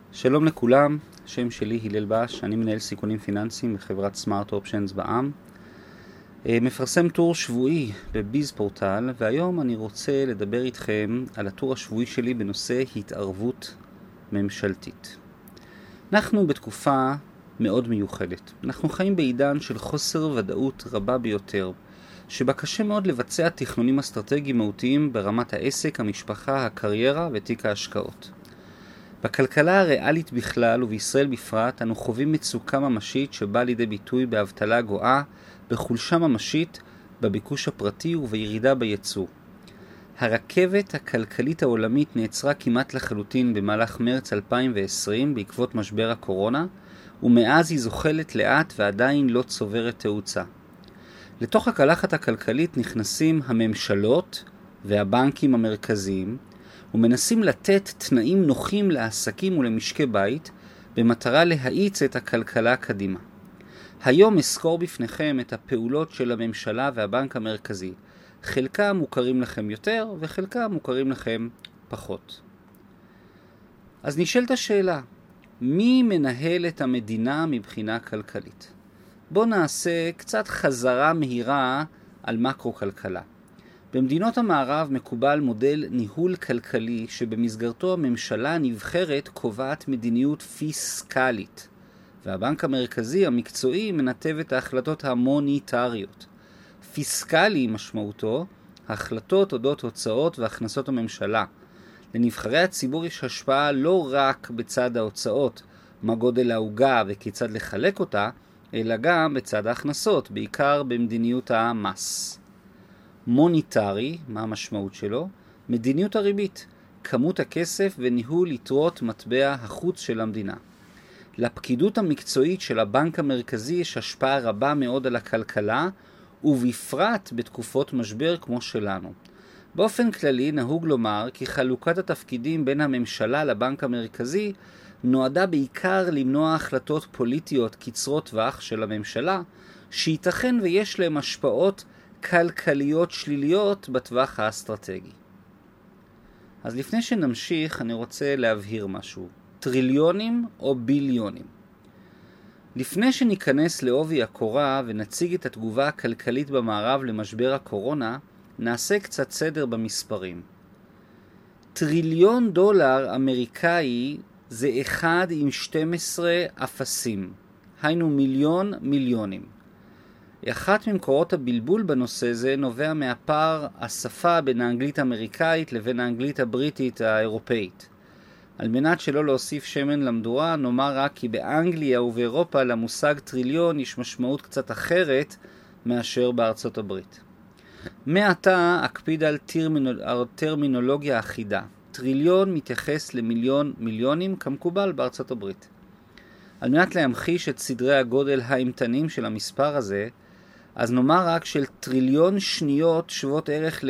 שלום לכולם, השם שלי הלל בש, אני מנהל סיכונים פיננסיים בחברת סמארט אופשנס בע"מ. מפרסם טור שבועי בביז פורטל, והיום אני רוצה לדבר איתכם על הטור השבועי שלי בנושא התערבות ממשלתית. אנחנו בתקופה מאוד מיוחדת. אנחנו חיים בעידן של חוסר ודאות רבה ביותר, שבה קשה מאוד לבצע תכנונים אסטרטגיים מהותיים ברמת העסק, המשפחה, הקריירה ותיק ההשקעות. בכלכלה הריאלית בכלל ובישראל בפרט אנו חווים מצוקה ממשית שבאה לידי ביטוי באבטלה גואה, בחולשה ממשית, בביקוש הפרטי ובירידה בייצוא. הרכבת הכלכלית העולמית נעצרה כמעט לחלוטין במהלך מרץ 2020 בעקבות משבר הקורונה, ומאז היא זוחלת לאט ועדיין לא צוברת תאוצה. לתוך הקלחת הכלכלית נכנסים הממשלות והבנקים המרכזיים, ומנסים לתת תנאים נוחים לעסקים ולמשקי בית, במטרה להאיץ את הכלכלה קדימה. היום אסקור בפניכם את הפעולות של הממשלה והבנק המרכזי. חלקם מוכרים לכם יותר וחלקם מוכרים לכם פחות. אז נשאלת השאלה, מי מנהל את המדינה מבחינה כלכלית? בואו נעשה קצת חזרה מהירה על מקרו-כלכלה. במדינות המערב מקובל מודל ניהול כלכלי שבמסגרתו הממשלה הנבחרת קובעת מדיניות פיסקלית, והבנק המרכזי המקצועי מנתב את ההחלטות המוניטריות. פיסקלי משמעותו החלטות אודות הוצאות והכנסות הממשלה. לנבחרי הציבור יש השפעה לא רק בצד ההוצאות, מה גודל העוגה וכיצד לחלק אותה, אלא גם בצד ההכנסות, בעיקר במדיניות המס. מוניטרי, מה המשמעות שלו? מדיניות הריבית, כמות הכסף וניהול יתרות מטבע החוץ של המדינה. לפקידות המקצועית של הבנק המרכזי יש השפעה רבה מאוד על הכלכלה, ובפרט בתקופות משבר כמו שלנו. באופן כללי נהוג לומר כי חלוקת התפקידים בין הממשלה לבנק המרכזי נועדה בעיקר למנוע החלטות פוליטיות קצרות טווח של הממשלה, שייתכן ויש להם השפעות כלכליות שליליות בטווח האסטרטגי. אז לפני שנמשיך אני רוצה להבהיר משהו. טריליונים או ביליונים? לפני שניכנס לעובי הקורה ונציג את התגובה הכלכלית במערב למשבר הקורונה, נעשה קצת סדר במספרים. $1,000,000,000 אמריקאי זה 1 עם 12 אפסים. היינו מיליון מיליונים. אחת ממקורות הבלבול בנושא זה נובע מהפער השפה בין האנגלית האמריקאית לבין האנגלית הבריטית האירופאית. על מנת שלא להוסיף שמן למדורה, נאמר רק כי באנגליה ובאירופה למושג טריליון יש משמעות קצת אחרת מאשר בארצות הברית. מעתה אקפיד על טרמינולוגיה אחידה. טריליון מתייחס למיליון מיליונים כמקובל בארצות הברית. על מנת להמחיש את סדרי הגודל האימתניים של המספר הזה, אז נאמר רק של טריליון שניות שוות ערך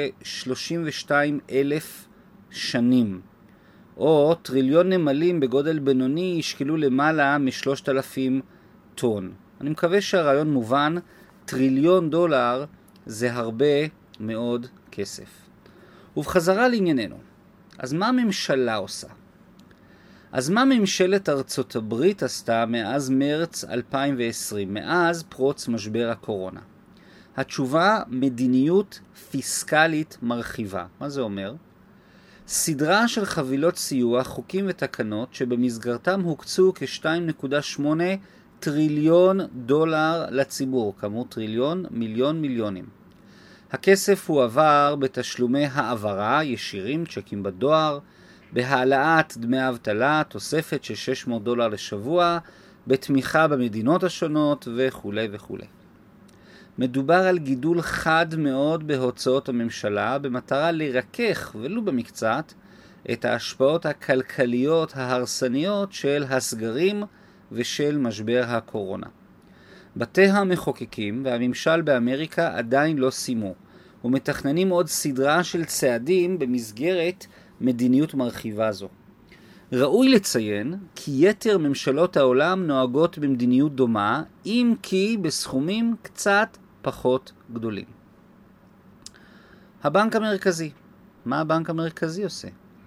לכ-32,000 שנים. או טריליון נמלים בגודל בינוני ישקלו למעלה מ-3,000 טון. אני מקווה שהרעיון מובן, $1,000,000,000 זה הרבה מאוד כסף. ובחזרה לענייננו, אז מה הממשלה עושה? אז מה ממשלת ארצות הברית עשתה מאז מרץ 2020, מאז פרוץ משבר הקורונה? התשובה, מדיניות פיסקלית מרחיבה. מה זה אומר? סדרה של חבילות סיוע, חוקים ותקנות שבמסגרתם הוקצו כ-2.8 טריליון דולר לציבור, כמות טריליון, מיליון מיליונים. הכסף הועבר בתשלומי העברה, ישירים, צ'קים בדואר, בהעלאת דמי אבטלה, תוספת של $600 לשבוע, בתמיכה במדינות השונות וכו' וכו'. מדובר על גידול חד מאוד בהוצאות הממשלה, במטרה לרכך, ולו במקצת, את ההשפעות הכלכליות ההרסניות של הסגרים ושל משבר הקורונה. בתי המחוקקים והממשל באמריקה עדיין לא סיימו, ומתכננים עוד סדרה של צעדים במסגרת מדיניות מרחיבה זו. ראוי לציין כי יתר ממשלות העולם נוהגות במדיניות דומה, אם כי בסכומים קצת פחות גדולים. הבנק המרכזי. מה הבנק המרכזי עושה?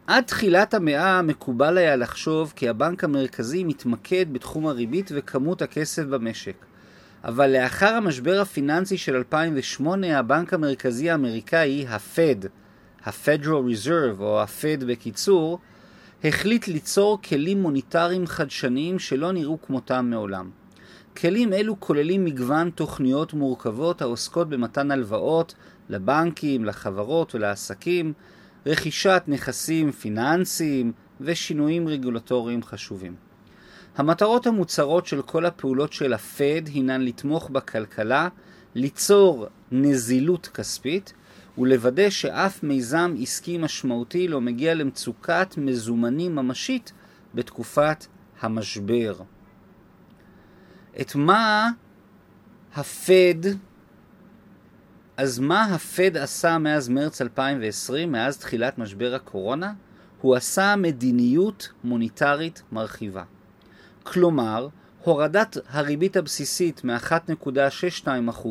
עד תחילת המאה מקובל היה לחשוב כי הבנק המרכזי מתמקד בתחום הריבית וכמות הכסף במשק. אבל לאחר המשבר הפיננסי של 2008, הבנק המרכזי האמריקאי, ה-Fed, ה-Federal Reserve או ה-Fed בקיצור, החליט ליצור כלים מוניטריים חדשניים שלא נראו כמותם מעולם. כלים אלו כוללים מגוון תוכניות מורכבות העוסקות במתן הלוואות לבנקים, לחברות ולעסקים, רכישת נכסים פיננסיים ושינויים רגולטוריים חשובים. המטרות המוצהרות של כל הפעולות של ה-Fed הינן לתמוך בכלכלה, ליצור נזילות כספית ולוודא שאף מיזם עסקי משמעותי לא מגיע למצוקת מזומנים ממשית בתקופת המשבר. מה ה-Fed עשה מאז מרץ 2020, מאז תחילת משבר הקורונה? הוא עשה מדיניות מוניטרית מרחיבה. כלומר, הורדת הריבית הבסיסית מ-1.62%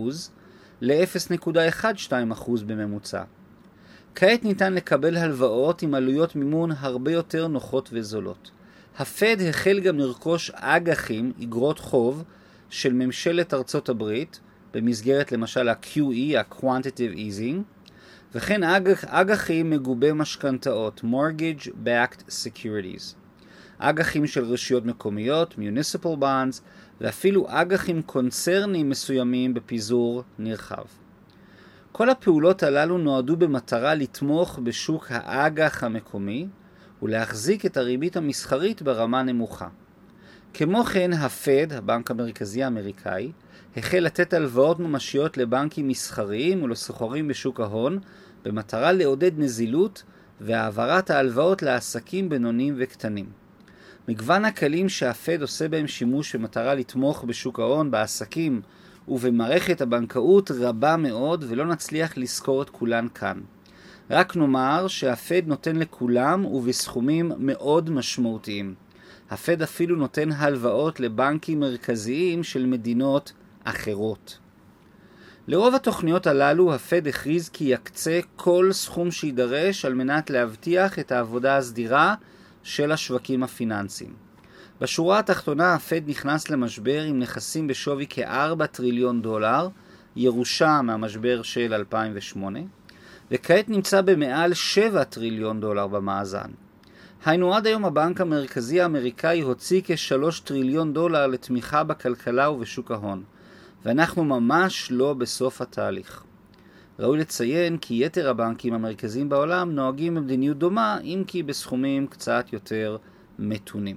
ל-0.12% בממוצע. כעת ניתן לקבל הלוואות עם עלויות מימון הרבה יותר נוחות וזולות. ה-Fed החל גם לרכוש אג"חים, אגרות חוב, של ממשלת ארצות הברית, במסגרת למשל ה-QE, ה-Quantitative Easing, וכן אג"חים מגובי משכנתאות, Mortgage Backed Securities. אג"חים של רשויות מקומיות, Municipal Bonds, ואפילו אג"חים קונצרנים מסוימים בפיזור נרחב. כל הפעולות הללו נועדו במטרה לתמוך בשוק האג"ח המקומי ולהחזיק את הריבית המסחרית ברמה נמוכה. כמו כן, ה-Fed, הבנק המרכזי האמריקאי, החל לתת הלוואות ממשיות לבנקים מסחריים ולסוחרים בשוק ההון במטרה לעודד נזילות והעברת ההלוואות לעסקים בינוניים וקטנים. מגוון הכלים שה-Fed עושה בהם שימוש במטרה לתמוך בשוק ההון, בעסקים ובמערכת הבנקאות רבה מאוד ולא נצליח לזכור את כולן כאן. רק נאמר שה-Fed נותן לכולם ובסכומים מאוד משמעותיים. ה-Fed אפילו נותן הלוואות לבנקים מרכזיים של מדינות אחרות. לרוב התוכניות הללו ה-Fed הכריז כי יקצה כל סכום שידרש על מנת להבטיח את העבודה הסדירה של השווקים הפיננסיים. בשורה התחתונה ה-Fed נכנס למשבר עם נכסים בשווי כ-4 טריליון דולר, ירושה מהמשבר של 2008, וכעת נמצא במעל 7 טריליון דולר במאזן. היינו עד היום הבנק המרכזי האמריקאי הוציא כ-3 טריליון דולר לתמיכה בכלכלה ובשוק ההון, ואנחנו ממש לא בסוף התהליך. ראוי לציין כי יתר הבנקים המרכזיים בעולם נוהגים במדיניות דומה, אם כי בסכומים קצת יותר מתונים.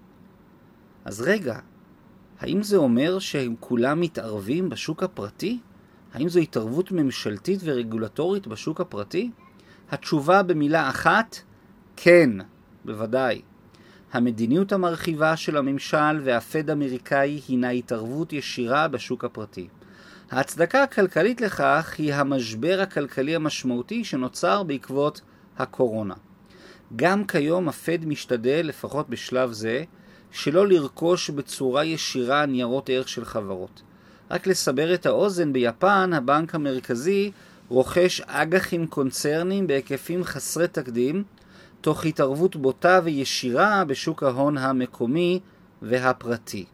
אז רגע, האם זה אומר שהם כולם מתערבים בשוק הפרטי? האם זו התערבות ממשלתית ורגולטורית בשוק הפרטי? התשובה במילה אחת, כן, בוודאי. המדיניות המרחיבה של הממשל והפד האמריקאי הינה התערבות ישירה בשוק הפרטי. ההצדקה הכלכלית לכך היא המשבר הכלכלי המשמעותי שנוצר בעקבות הקורונה. גם כיום הפד משתדל, לפחות בשלב זה, שלא לרכוש בצורה ישירה ניירות ערך של חברות. רק לסבר את האוזן, ביפן הבנק המרכזי רוכש אג"חים קונצרנים בהיקפים חסרי תקדים, תוך התערבות בוטה וישירה בשוק ההון המקומי והפרטי.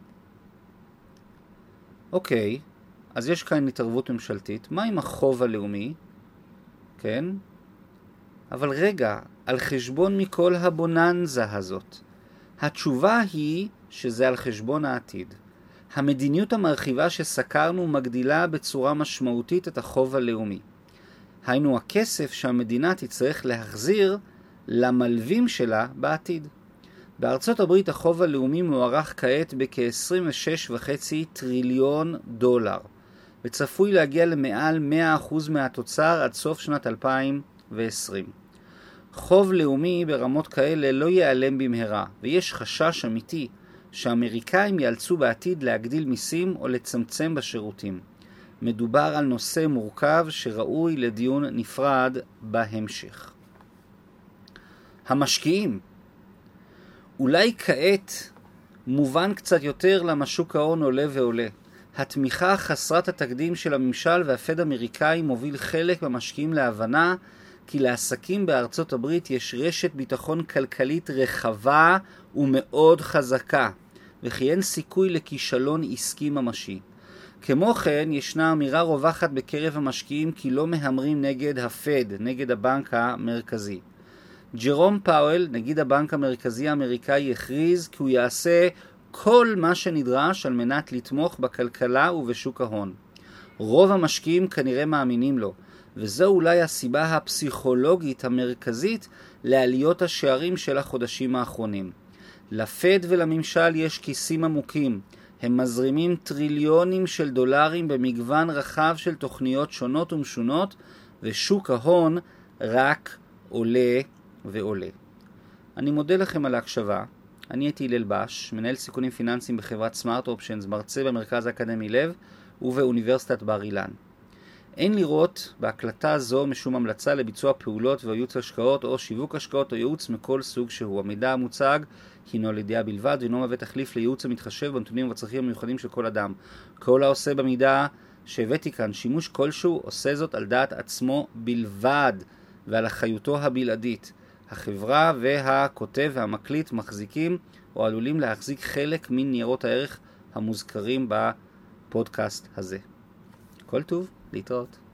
אוקיי, אז יש כאן התערבות ממשלתית. מה עם החוב הלאומי? כן? אבל רגע, על חשבון מכל הבוננזה הזאת. התשובה היא שזה על חשבון העתיד. המדיניות המרחיבה שסקרנו מגדילה בצורה משמעותית את החוב הלאומי. היינו הכסף שהמדינה תצטרך להחזיר למלווים שלה בעתיד. בארצות הברית החוב הלאומי מוערך כעת בכ-26.5 טריליון דולר, וצפוי להגיע למעל 100% מהתוצר עד סוף שנת 2020. חוב לאומי ברמות כאלה לא ייעלם במהרה, ויש חשש אמיתי שהאמריקאים יאלצו בעתיד להגדיל מיסים או לצמצם בשירותים. מדובר על נושא מורכב שראוי לדיון נפרד בהמשך. המשקיעים. אולי כעת מובן קצת יותר למה שוק ההון עולה ועולה. התמיכה חסרת התקדים של הממשל והפד האמריקאי מוביל חלק מהמשקיעים להבנה כי לעסקים בארצות הברית יש רשת ביטחון כלכלית רחבה ומאוד חזקה, וכי אין סיכוי לכישלון עסקי ממשי. כמו כן, ישנה אמירה רווחת בקרב המשקיעים כי לא מהמרים נגד הפד, נגד הבנק המרכזי. ג'רום פאוול, נגיד הבנק המרכזי האמריקאי, הכריז כי הוא יעשה כל מה שנדרש על מנת לתמוך בכלכלה ובשוק ההון. רוב המשקיעים כנראה מאמינים לו, וזו אולי הסיבה הפסיכולוגית המרכזית לעליות השערים של החודשים האחרונים. לפד ולממשל יש כיסים עמוקים. הם מזרימים טריליונים של דולרים במגוון רחב של תוכניות שונות ומשונות, ושוק ההון רק עולה ועולה. אני מודה לכם על ההקשבה. אני הייתי הלל בש, מנהל סיכונים פיננסיים בחברת סמארט אופשנס, מרצה במרכז האקדמי לב ובאוניברסיטת בר אילן. אין לראות בהקלטה זו משום המלצה לביצוע פעולות וייעוץ השקעות או שיווק השקעות או ייעוץ מכל סוג שהוא. המידע המוצג הינו לידיעה בלבד ואינו מהווה תחליף לייעוץ המתחשב בנתונים ובצרכים המיוחדים של כל אדם. כל העושה במידע שהבאתי כאן שימוש כלשהו עושה זאת על דעת עצמו בלבד ועל אחריותו הבלעדית. החברה והכותב והמקליט מחזיקים או עלולים להחזיק חלק מניירות הערך המוזכרים בפודקאסט הזה. כל טוב, להתראות.